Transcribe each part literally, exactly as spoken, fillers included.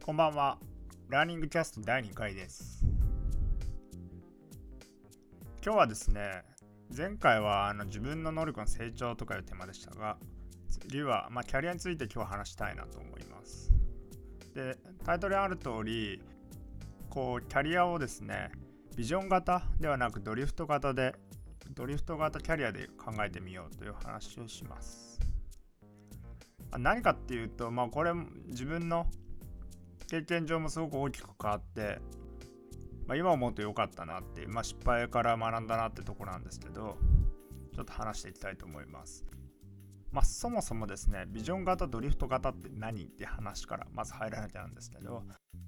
こんばんは。ラーニングキャストだいにかいです。今日はですね、前回はあの自分の能力の成長とかいうテーマでしたが、次は、まあ、キャリアについて今日話したいなと思います。で、タイトルにある通り、こうキャリアをですね、ビジョン型ではなくドリフト型で、ドリフト型キャリアで考えてみようという話をします。何かっていうと、まあこれ自分の経験上もすごく大きく変わって、まあ、今思うと良かったなっていう、まあ、失敗から学んだなってところなんですけど、ちょっと話していきたいと思います。まあ、そもそもですね、ビジョン型、ドリフト型って何って話からまず入らなきゃなんですけど、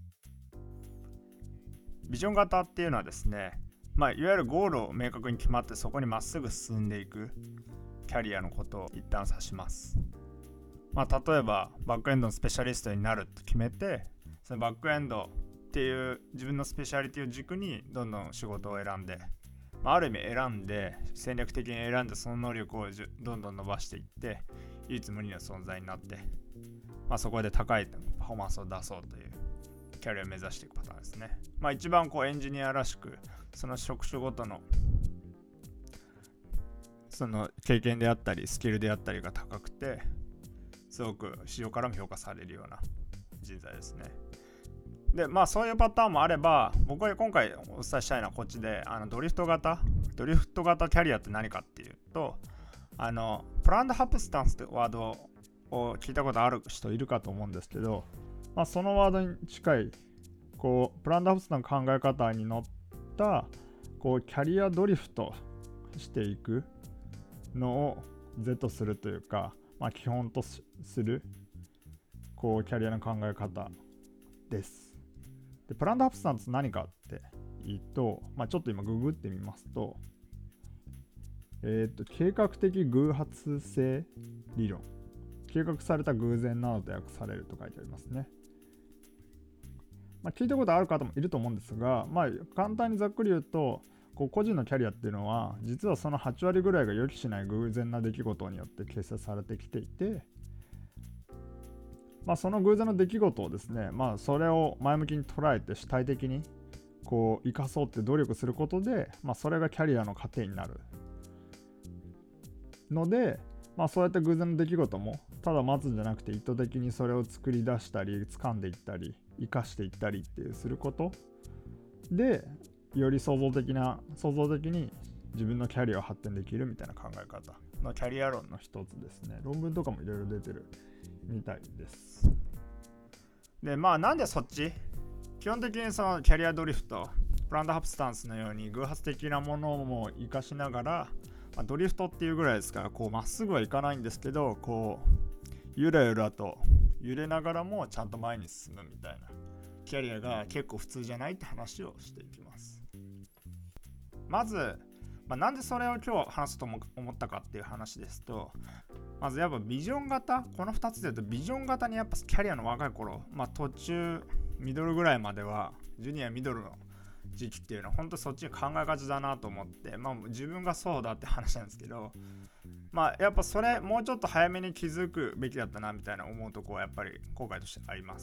ビジョン型っていうのはですね、まあ、いわゆるゴールを明確に決まってそこにまっすぐ進んでいくキャリアのことを一旦指します。まあ、例えばバックエンドのスペシャリストになると決めて、そのバックエンドっていう自分のスペシャリティを軸にどんどん仕事を選んで、まあ、ある意味選んで戦略的に選んでその能力をどんどん伸ばしていって唯一無二の存在になって、まあ、そこで高いパフォーマンスを出そうというキャリアを目指していくパターンですね。まあ、一番こうエンジニアらしくその職種ごとのその経験であったりスキルであったりが高くてすごく市場からも評価されるような人材ですね。でまあそういうパターンもあれば、僕が今回お伝えしたいのはこっちで、あのドリフト型ドリフト型キャリアって何かっていうと、あのプランドハプスタンスってワードを聞いたことある人いるかと思うんですけど、まあ、そのワードに近いこうプランドハプスタンスの考え方にのったこうキャリアドリフトしていくのを是とするというか、まあ、基本とするこうキャリアの考え方です。でプランドハプスタンス何かって言うと、まあ、ちょっと今ググってみますと、えー、と計画的偶発性理論、計画された偶然などと訳されると書いてありますね。まあ、聞いたことある方もいると思うんですが、まあ、簡単にざっくり言うと、こう個人のキャリアっていうのは実はそのはちわりぐらいが予期しない偶然な出来事によって形成されてきていて、まあ、その偶然の出来事をですね、まあ、それを前向きに捉えて主体的にこう生かそうって努力することで、まあ、それがキャリアの糧になるので、まあ、そうやって偶然の出来事もただ待つんじゃなくて意図的にそれを作り出したり掴んでいったり生かしていったりっていうすることで、より創造的な創造的に自分のキャリアを発展できるみたいな考え方のキャリア論の一つですね。論文とかもいろいろ出てるみたいです。でまあなんでそっち基本的にそのキャリアドリフトプランドハプスタンスのように偶発的なものも活かしながら、まあ、ドリフトっていうぐらいですからこうまっすぐはいかないんですけど、こうゆらゆらと揺れながらもちゃんと前に進むみたいなキャリアが結構普通じゃないって話をしていきます。まず、まあ、なんでそれを今日話すと思ったかっていう話ですと、まずやっぱビジョン型、このふたつで言うとビジョン型にやっぱキャリアの若い頃、まあ途中ミドルぐらいまではジュニアミドルの時期っていうのは本当そっちに考えがちだなと思って、まあ自分がそうだって話なんですけど、まあやっぱそれもうちょっと早めに気づくべきだったなみたいな思うところはやっぱり後悔としてあります。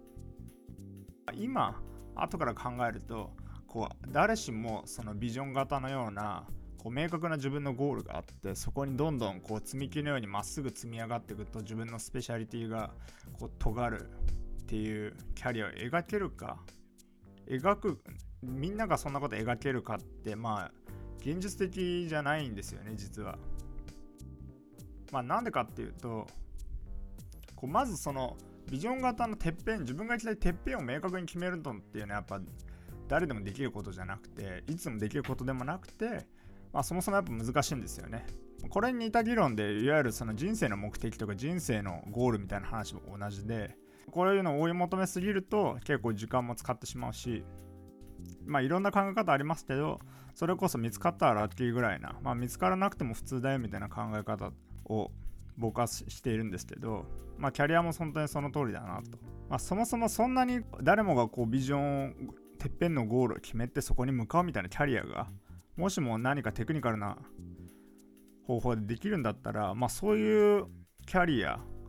今後から考えるとこう誰しもそのビジョン型のようなこう明確な自分のゴールがあって、そこにどんどんこう積み木のようにまっすぐ積み上がっていくと自分のスペシャリティがこう尖るっていうキャリアを描けるか、描くみんながそんなこと描けるかってまあ現実的じゃないんですよね実は。まあなんでかっていうと、こうまずそのビジョン型のてっぺん、自分が行きたいてっぺんを明確に決めるのっていうのはやっぱ誰でもできることじゃなくて、いつもできることでもなくて、まあ、そもそもやっぱ難しいんですよね。これに似た議論でいわゆるその人生の目的とか人生のゴールみたいな話も同じで、こういうのを追い求めすぎると結構時間も使ってしまうし、まあいろんな考え方ありますけど、それこそ見つかったらラッキーぐらいな、まあ見つからなくても普通だよみたいな考え方を僕はしているんですけど、まあキャリアも本当にその通りだなと。まあそもそもそんなに誰もがこうビジョンてっぺんのゴールを決めてそこに向かうみたいなキャリアがもしも何かテクニカルな方法でできるんだったら、まあそういうキャリア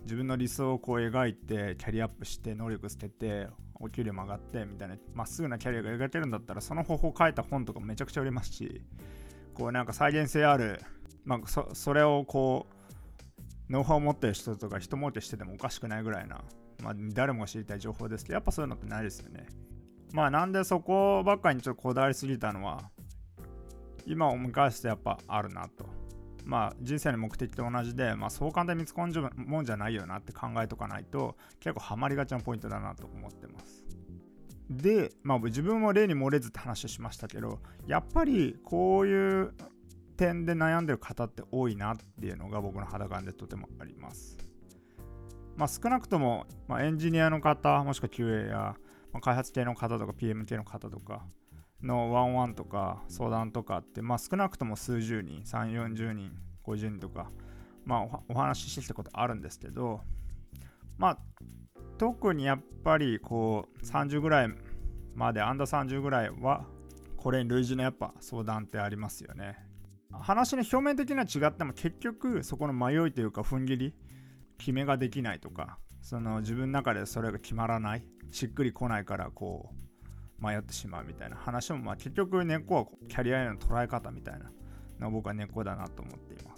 自分の理想をこう描いてキャリアアップして能力捨ててお給料も上がってみたいなまっすぐなキャリアが描けるんだったら、その方法を書いた本とかめちゃくちゃ売れますし、こうなんか再現性ある、まあ、そ, それをこうノウハウを持ってる人とか人儲けしててもおかしくないぐらいな、まあ、誰もが知りたい情報ですけど、やっぱそういうのってないですよね。まあなんでそこばっかりにちょっとこだわりすぎたのは、今思い返してやっぱあるなと。まあ人生の目的と同じで、まあそう簡単に見つかるもんじゃないよなって考えとかないと結構ハマりがちなポイントだなと思ってます。で、まあ自分も例に漏れずって話をしましたけど、やっぱりこういう点で悩んでる方って多いなっていうのが僕の肌感でとてもあります。まあ少なくとも、まあ、エンジニアの方、もしくは キューエー や、まあ、開発系の方とか ピーエム 系の方とかのワンオンワンとか相談とかって、まあ、少なくとも数十人、さんじゅう、よんじゅうにん、ごじゅうにんとか、まあ、お, お話ししてきたことあるんですけど、まあ、特にやっぱりこうさんじゅうぐらいまで、アンダーさんじゅうぐらいは、これに類似のやっぱ相談ってありますよね。話の表面的には違っても、結局そこの迷いというか、踏ん切り、決めができないとか、その自分の中でそれが決まらない、しっくりこないからこう、迷ってしまうみたいな話も、まあ結局根っこはキャリアへの捉え方みたいなの僕は根っこだなと思っています。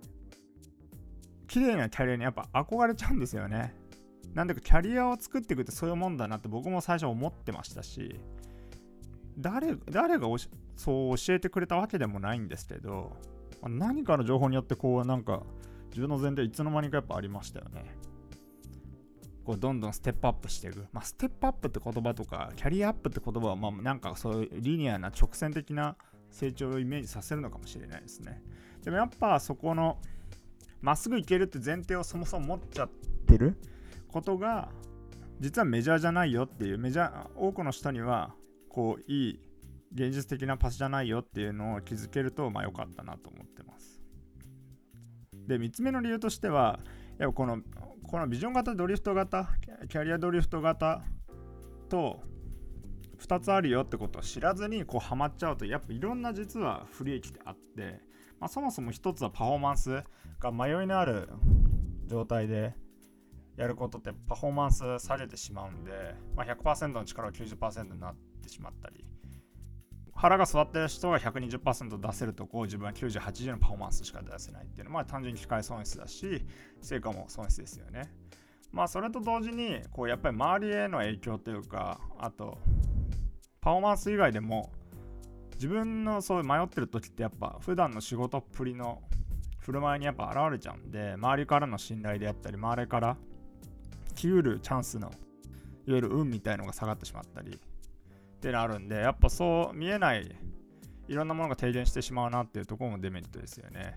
綺麗なキャリアにやっぱ憧れちゃうんですよね。なんでかキャリアを作っていくってそういうもんだなって僕も最初思ってましたし、誰誰がそう教えてくれたわけでもないんですけど、何かの情報によってこうなんか自分の前提いつの間にかやっぱありましたよね。こうどんどんステップアップしていく、まあ、ステップアップって言葉とかキャリアアップって言葉はまあなんかそういうリニアな直線的な成長をイメージさせるのかもしれないですね。でもやっぱそこのまっすぐいけるって前提をそもそも持っちゃってることが実はメジャーじゃないよっていう、メジャー多くの人にはこういい現実的なパスじゃないよっていうのを気づけるとまあ良かったなと思ってます。でみっつめの理由としては、やっぱこのこのビジョン型ドリフト型、キャリアドリフト型とふたつあるよってことを知らずにこうハマっちゃうと、やっぱいろんな実は不利益ってあって、まあ、そもそもひとつはパフォーマンスが迷いのある状態でやることってパフォーマンス下げてしまうんで、まあ、ひゃくパーセント の力が きゅうじゅっパーセント になってしまったり、腹が座ってる人が ひゃくにじゅっパーセント 出せるとこう自分はきゅうじゅう、はちじゅうのパフォーマンスしか出せないっていうのは、まあ、単純に機械損失だし成果も損失ですよね。まあそれと同時にこうやっぱり周りへの影響というか、あとパフォーマンス以外でも自分のそう迷ってる時ってやっぱ普段の仕事っぷりの振る舞いにやっぱ現れちゃうんで、周りからの信頼であったり周りから来うるチャンスのいわゆる運みたいのが下がってしまったりってなるんで、やっぱそう見えないいろんなものが停電してしまうなっていうところもデメリットですよね。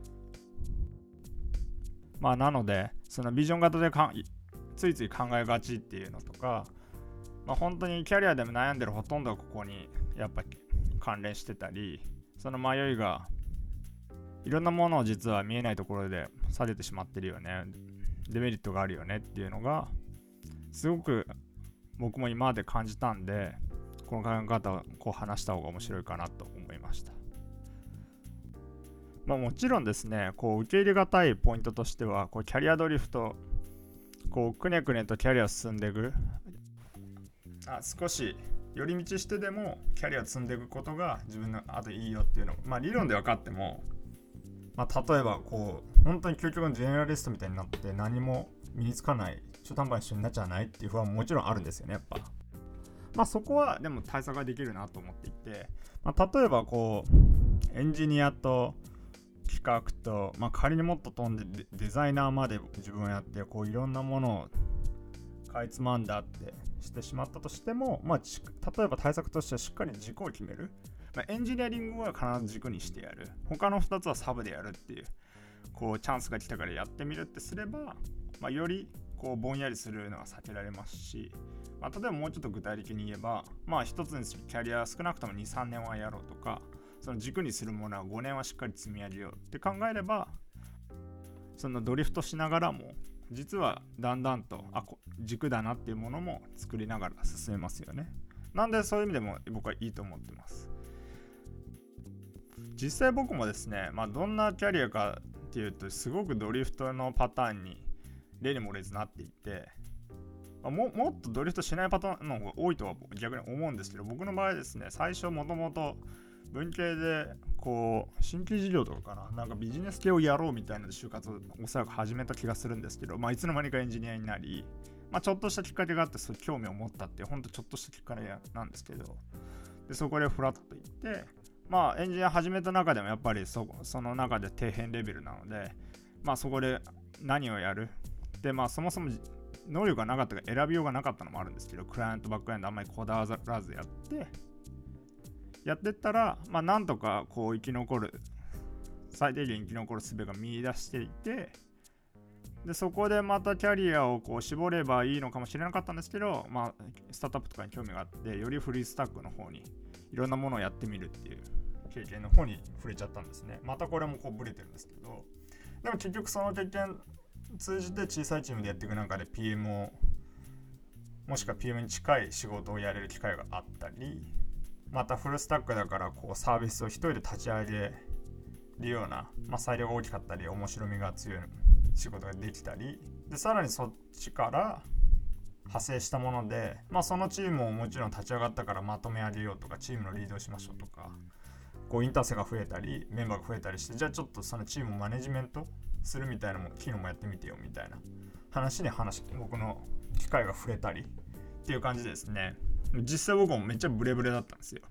まあなのでそのビジョン型でかついつい考えがちっていうのとか、まあ本当にキャリアでも悩んでるほとんどがここにやっぱ関連してたり、その迷いがいろんなものを実は見えないところで下げてしまってるよね、デメリットがあるよねっていうのがすごく僕も今まで感じたんで、この考え方をこう話した方が面白いかなと思いました。まあ、もちろんですね、こう受け入れがたいポイントとしては、こうキャリアドリフト、こうくねくねとキャリアを進んでいく、あ少し寄り道してでもキャリアを積んでいくことが自分のあといいよっていうのを、まあ、理論で分かっても、まあ、例えばこう本当に究極のジェネラリストみたいになって何も身につかない、中途半端に一緒になっちゃわないっていう不安ももちろんあるんですよね、やっぱ。まあそこはでも対策ができるなと思っていて、まあ、例えばこうエンジニアと企画と、まあ、仮にもっと飛んでデザイナーまで自分をやってこういろんなものをかいつまんだってしてしまったとしても、まあ、例えば対策としてはしっかり軸を決める、まあ、エンジニアリングは必ず軸にしてやる、他のふたつはサブでやるっていう、こうチャンスが来たからやってみるってすれば、まあ、よりこうぼんやりするのは避けられますし、まあ、例えばもうちょっと具体的に言えば、まあ一つにキャリア少なくとも にさんねんはやろうとか、その軸にするものはごねんはしっかり積み上げようって考えれば、そのドリフトしながらも実はだんだんとあ軸だなっていうものも作りながら進めますよね。なんでそういう意味でも僕はいいと思ってます。実際僕もですね、まあ、どんなキャリアかっていうとすごくドリフトのパターンに例に漏れずなっていて、も, もっとドリフトしないパターンの方が多いとは逆に思うんですけど、僕の場合ですね、最初もともと文系でこう新規事業とかかな、なんかビジネス系をやろうみたいな就活をおそらく始めた気がするんですけど、まあ、いつの間にかエンジニアになり、まあ、ちょっとしたきっかけがあってそう興味を持ったっていう、ほんとちょっとしたきっかけなんですけど、でそこでフラッと行って、まあエンジニア始めた中でもやっぱり そ, その中で底辺レベルなので、まあそこで何をやるで、まあそもそも能力がなかったから選びようがなかったのもあるんですけど、クライアントバックエンドあんまりこだわらずやってやってったら、まあなんとかこう生き残る、最低限生き残る術が見出していて、でそこでまたキャリアをこう絞ればいいのかもしれなかったんですけど、まあスタートアップとかに興味があって、よりフリースタックの方にいろんなものをやってみるっていう経験の方に触れちゃったんですね。またこれもこうブレてるんですけど、でも結局その経験通じて小さいチームでやっていく中で ピーエム をもしくは ピーエム に近い仕事をやれる機会があったり、またフルスタックだからこうサービスを一人で立ち上げるような、まあ、裁量が大きかったり面白みが強い仕事ができたりで、さらにそっちから派生したもので、まあ、そのチームをもちろん立ち上がったからまとめ上げようとか、チームのリードをしましょうとか、こうインターセが増えたりメンバーが増えたりして、じゃあちょっとそのチームをマネジメントするみたいなも機能もやってみてよみたいな話に話僕の機会が増えたりっていう感じですね。実際僕もめっちゃブレブレだったんですよ。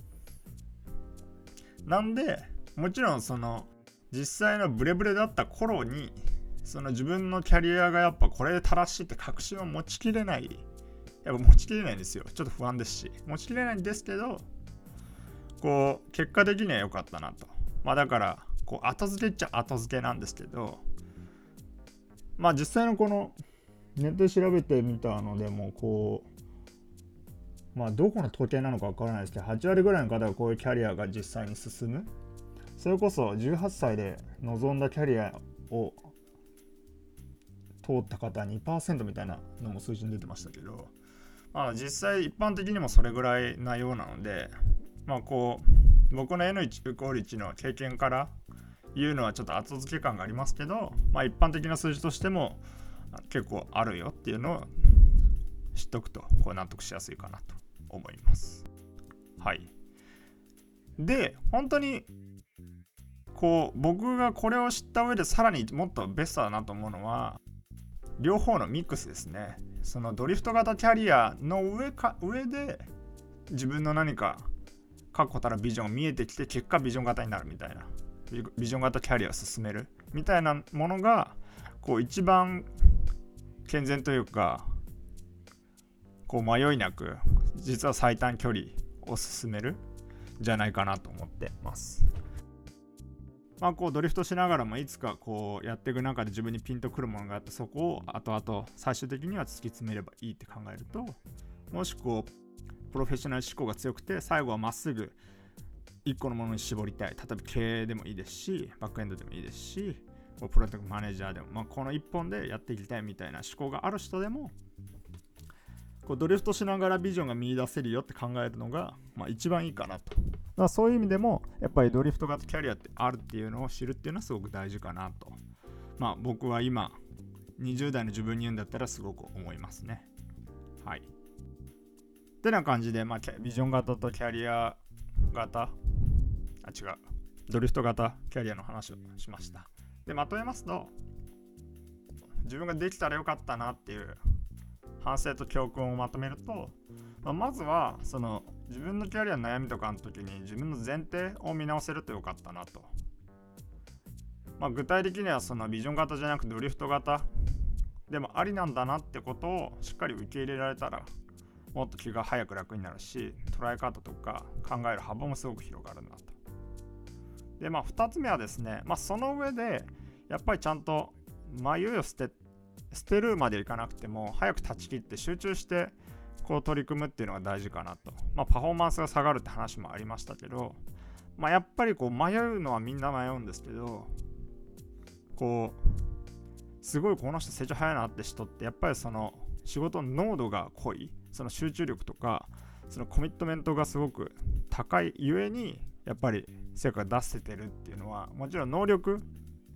なんでもちろんその実際のブレブレだった頃にその自分のキャリアがやっぱこれで正しいって確信を持ちきれない、やっぱ持ちきれないんですよ。ちょっと不安ですし持ちきれないんですけど、こう結果的には良かったなと。まあだからこう後付けっちゃ後付けなんですけど、まあ実際のこのネットで調べてみたのでもこう、まあどこの統計なのかわからないですけど、はち割ぐらいの方がこういうキャリアが実際に進む。それこそじゅうはっさいで望んだキャリアを通った方は にパーセント みたいなのも数字に出てましたけど、まあ実際一般的にもそれぐらいなようなので、まあこう僕の エヌいち イコールいちの経験から言うのはちょっと後付け感がありますけど、まあ一般的な数字としても結構あるよっていうのを知っとくとこう納得しやすいかなと思います。はい。で本当にこう僕がこれを知った上でさらにもっとベストだなと思うのは両方のミックスですね。そのドリフト型キャリアの上か上で自分の何か確固たるビジョンが見えてきて、結果ビジョン型になるみたいな、ビジョン型キャリアを進めるみたいなものがこう一番健全というか、こう迷いなく実は最短距離を進めるんじゃないかなと思ってます。まあこうドリフトしながらもいつかこうやっていく中で自分にピンとくるものがあって、そこを後々最終的には突き詰めればいいって考えると、もしこうプロフェッショナル思考が強くて最後はまっすぐ一個のものに絞りたい、例えば経営でもいいですし、バックエンドでもいいですし、プロダクトマネージャーでも、まあ、この一本でやっていきたいみたいな思考がある人でもこうドリフトしながらビジョンが見出せるよって考えるのが、まあ、一番いいかなと。だからそういう意味でもやっぱりドリフト型キャリアってあるっていうのを知るっていうのはすごく大事かなと、まあ僕は今にじゅう代の自分に言うんだったらすごく思いますね。はい。ってな感じで、まあ、ビジョン型とキャリア型、あ、違う、ドリフト型キャリアの話をしました。で、まとめますと、自分ができたらよかったなっていう反省と教訓をまとめると、まあ、まずはその自分のキャリアの悩みとかの時に自分の前提を見直せるとよかったなと。まあ、具体的にはそのビジョン型じゃなくドリフト型でもありなんだなってことをしっかり受け入れられたら、もっと気が早く楽になるし、捉え方とか考える幅もすごく広がるなと。で、まあふたつめはですね、まあその上でやっぱりちゃんと迷いを捨て捨てるまでいかなくても早く断ち切って集中してこう取り組むっていうのが大事かなと。まあパフォーマンスが下がるって話もありましたけど、まあやっぱりこう迷うのはみんな迷うんですけど、こうすごいこの人成長早いなって人ってやっぱりその仕事の濃度が濃い、その集中力とかそのコミットメントがすごく高いゆえにやっぱり成果が出せてるっていうのは、もちろん能力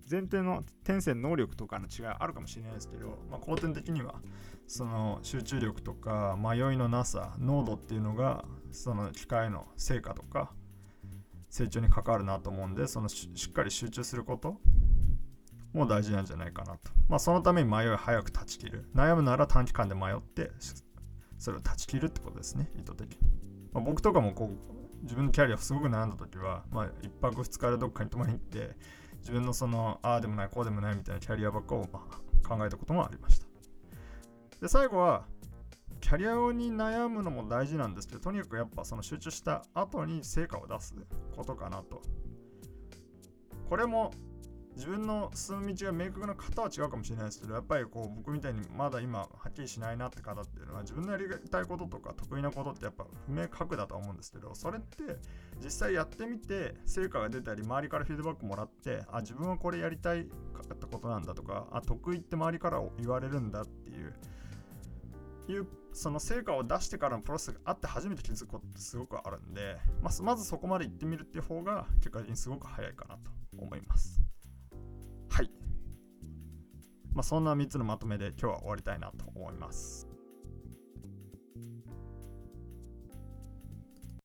前提の天性能力とかの違いあるかもしれないですけど、まあ、後天的にはその集中力とか迷いのなさ、濃度っていうのがその機械の成果とか成長に関わるなと思うんで、その し, しっかり集中することも大事なんじゃないかなと。まあそのために迷いを早く断ち切る。悩むなら短期間で迷ってそれを断ち切るってことですね、意図的に。まあ、僕とかもこう自分のキャリアすごく悩んだ時は、まあ一泊二日でどっかに泊まりに行って自分のそのああでもないこうでもないみたいなキャリアばっかをまあ考えたこともありました。で最後はキャリアに悩むのも大事なんですけど、とにかくやっぱその集中した後に成果を出すことかなと。これも自分の進む道が明確な方は違うかもしれないですけど、やっぱりこう僕みたいにまだ今はっきりしないなって方っていうのは自分のやりたいこととか得意なことってやっぱ不明確だと思うんですけど、それって実際やってみて成果が出たり周りからフィードバックもらって、あ自分はこれやりたいかったことなんだとか、あ得意って周りから言われるんだっていういうその成果を出してからのプロセスがあって初めて気づくことってすごくあるんで、まあ、まずそこまで行ってみるっていう方が結果的にすごく早いかなと思います。はい、まあ、そんなみっつのまとめで今日は終わりたいなと思います。